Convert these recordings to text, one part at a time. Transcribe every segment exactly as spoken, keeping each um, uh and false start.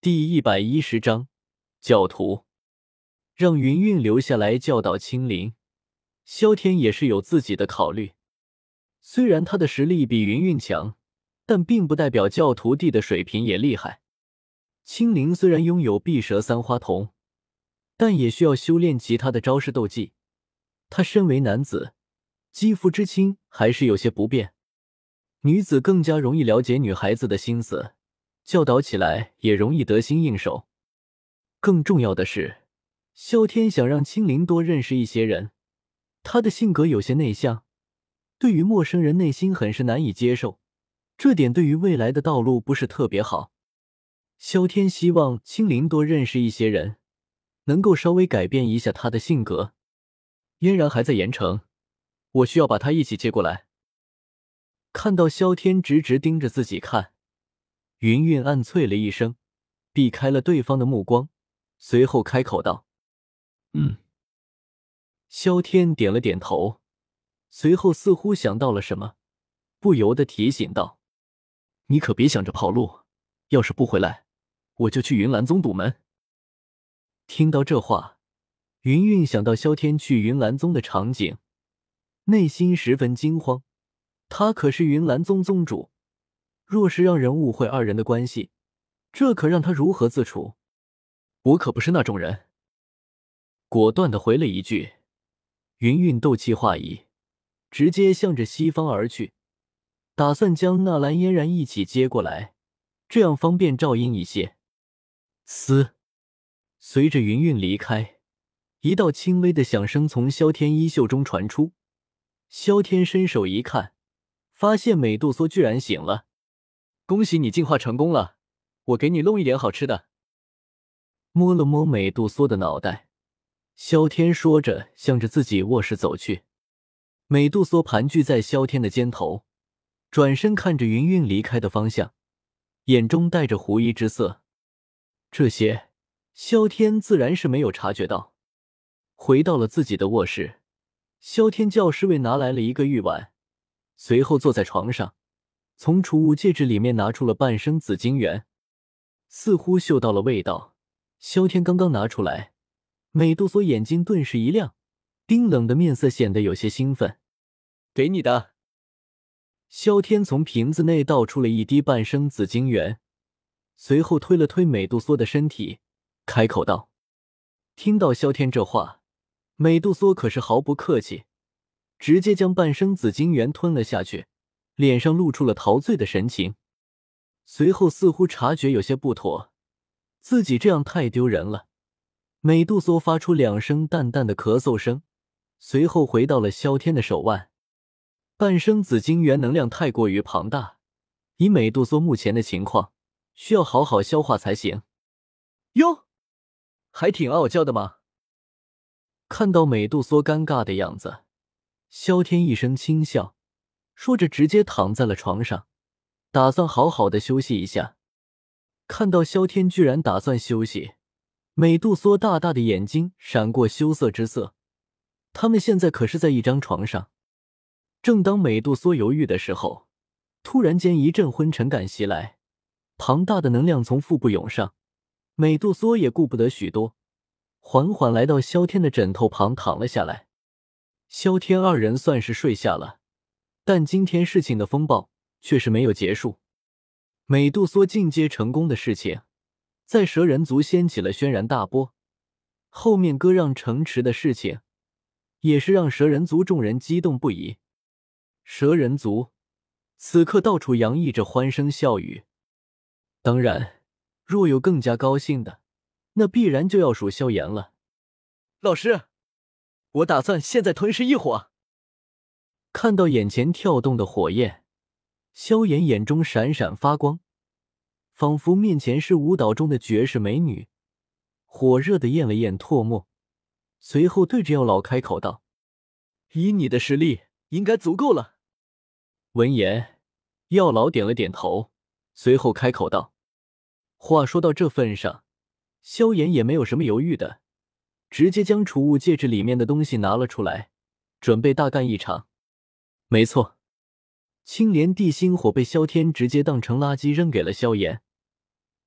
第一百一十章教徒。让云云留下来教导青灵，萧天也是有自己的考虑。虽然他的实力比云云强，但并不代表教徒弟的水平也厉害。青灵虽然拥有碧蛇三花瞳，但也需要修炼其他的招式斗技。他身为男子，肌肤之亲还是有些不便。女子更加容易了解女孩子的心思，教导起来也容易得心应手。更重要的是，萧天想让青灵多认识一些人。他的性格有些内向，对于陌生人内心很是难以接受，这点对于未来的道路不是特别好。萧天希望青灵多认识一些人，能够稍微改变一下他的性格。嫣然还在盐城，我需要把他一起接过来。看到萧天直直盯着自己看，云云暗啐了一声，避开了对方的目光，随后开口道：嗯。萧天点了点头，随后似乎想到了什么，不由得提醒道：你可别想着跑路，要是不回来，我就去云岚宗堵门。听到这话，云云想到萧天去云岚宗的场景，内心十分惊慌。他可是云岚宗宗主，若是让人误会二人的关系，这可让他如何自处？我可不是那种人。果断地回了一句。云云斗气化移，直接向着西方而去，打算将纳兰嫣然一起接过来，这样方便照应一些。嘶！随着云云离开，一道轻微的响声从萧天衣袖中传出。萧天伸手一看，发现美杜莎居然醒了。恭喜你进化成功了，我给你弄一点好吃的。摸了摸美杜莎的脑袋，萧天说着向着自己卧室走去。美杜莎盘踞在萧天的肩头，转身看着云云离开的方向，眼中带着狐疑之色。这些萧天自然是没有察觉到。回到了自己的卧室，萧天叫侍卫拿来了一个玉碗，随后坐在床上，从储物戒指里面拿出了半生紫晶元，似乎嗅到了味道。萧天刚刚拿出来，美杜莎眼睛顿时一亮，冰冷的面色显得有些兴奋。给你的。萧天从瓶子内倒出了一滴半生紫晶元，随后推了推美杜莎的身体，开口道。听到萧天这话，美杜莎可是毫不客气，直接将半生紫晶元吞了下去，脸上露出了陶醉的神情。随后似乎察觉有些不妥，自己这样太丢人了。美杜莎发出两声淡淡的咳嗽声，随后回到了萧天的手腕。半生紫晶元能量太过于庞大，以美杜莎目前的情况，需要好好消化才行。哟，还挺傲娇的嘛。看到美杜莎尴尬的样子，萧天一声轻笑，说着直接躺在了床上，打算好好的休息一下。看到萧天居然打算休息，美杜莎大大的眼睛闪过羞涩之色。他们现在可是在一张床上。正当美杜莎犹豫的时候，突然间一阵昏沉感袭来，庞大的能量从腹部涌上，美杜莎也顾不得许多，缓缓来到萧天的枕头旁躺了下来。萧天二人算是睡下了，但今天事情的风暴却是没有结束。美杜莎进阶成功的事情，在蛇人族掀起了轩然大波，后面割让城池的事情，也是让蛇人族众人激动不已。蛇人族此刻到处洋溢着欢声笑语，当然，若有更加高兴的，那必然就要数萧炎了。老师，我打算现在吞噬异火。看到眼前跳动的火焰，萧炎眼中闪闪发光，仿佛面前是舞蹈中的绝世美女，火热地咽了咽唾沫，随后对着药老开口道：以你的实力，应该足够了。闻言，药老点了点头，随后开口道：话说到这份上，萧炎也没有什么犹豫的，直接将储物戒指里面的东西拿了出来，准备大干一场。没错，青莲地心火被萧天直接当成垃圾扔给了萧炎。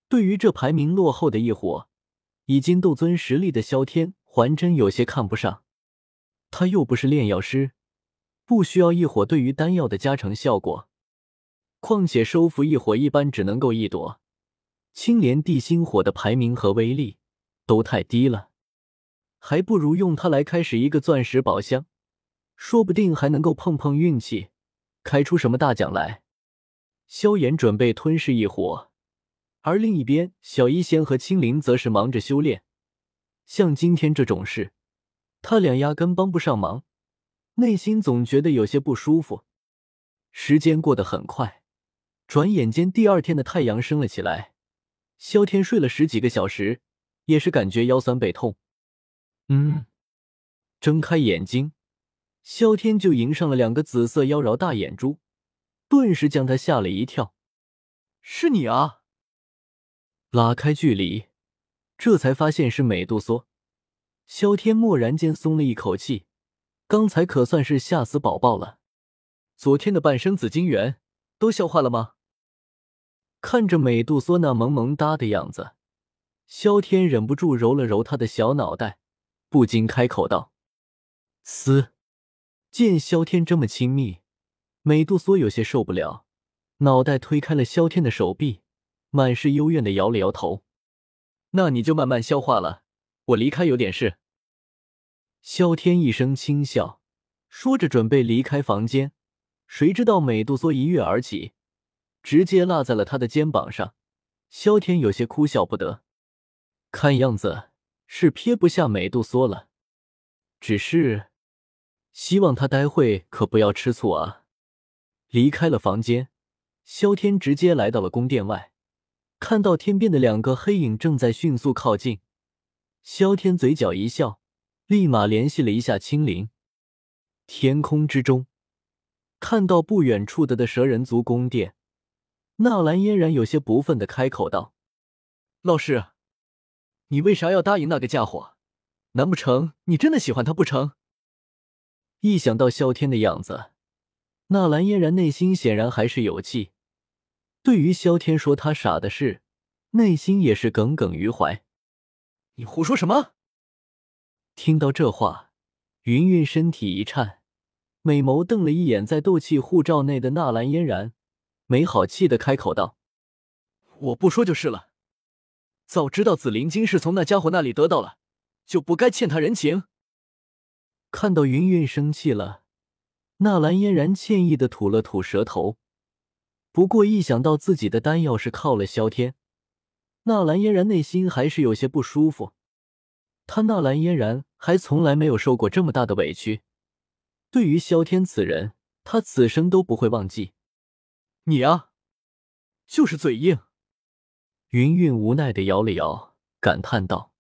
对于这排名落后的一伙，已经斗尊实力的萧天还真有些看不上。他又不是炼药师，不需要一伙对于丹药的加成效果。况且收服一伙一般只能够一朵，青莲地心火的排名和威力都太低了，还不如用它来开始一个钻石宝箱，说不定还能够碰碰运气，开出什么大奖来。萧炎准备吞噬一伙，而另一边小医仙和青灵则是忙着修炼。像今天这种事，他俩压根帮不上忙，内心总觉得有些不舒服。时间过得很快，转眼间第二天的太阳升了起来。萧天睡了十几个小时，也是感觉腰酸背痛。嗯，睁开眼睛，萧天就迎上了两个紫色妖娆大眼珠，顿时将他吓了一跳。是你啊！拉开距离，这才发现是美杜莎。萧天蓦然间松了一口气，刚才可算是吓死宝宝了。昨天的半生紫金元都消化了吗？看着美杜莎那萌萌哒的样子，萧天忍不住揉了揉她的小脑袋，不禁开口道：嘶！见萧天这么亲密，美杜莎有些受不了，脑袋推开了萧天的手臂，满是幽怨的摇了摇头。那你就慢慢消化了，我离开有点事。萧天一声轻笑，说着准备离开房间，谁知道美杜莎一跃而起，直接落在了他的肩膀上。萧天有些哭笑不得，看样子是撇不下美杜莎了，只是希望他待会可不要吃醋啊。离开了房间，萧天直接来到了宫殿外，看到天边的两个黑影正在迅速靠近，萧天嘴角一笑，立马联系了一下青灵。天空之中，看到不远处的的蛇人族宫殿，纳兰嫣然有些不忿地开口道：老师，你为啥要答应那个家伙？难不成你真的喜欢他不成？一想到萧天的样子，纳兰嫣然内心显然还是有气，对于萧天说他傻的事，内心也是耿耿于怀。你胡说什么？听到这话，云云身体一颤，美眸瞪了一眼在斗气护罩内的纳兰嫣然，没好气地开口道：我不说就是了，早知道紫灵晶是从那家伙那里得到了，就不该欠他人情。看到云云生气了，纳兰嫣然歉意地吐了吐舌头，不过一想到自己的丹药是靠了萧天，纳兰嫣然内心还是有些不舒服。他纳兰嫣然还从来没有受过这么大的委屈，对于萧天此人，他此生都不会忘记。你啊，就是嘴硬。云云无奈地摇了摇，感叹道。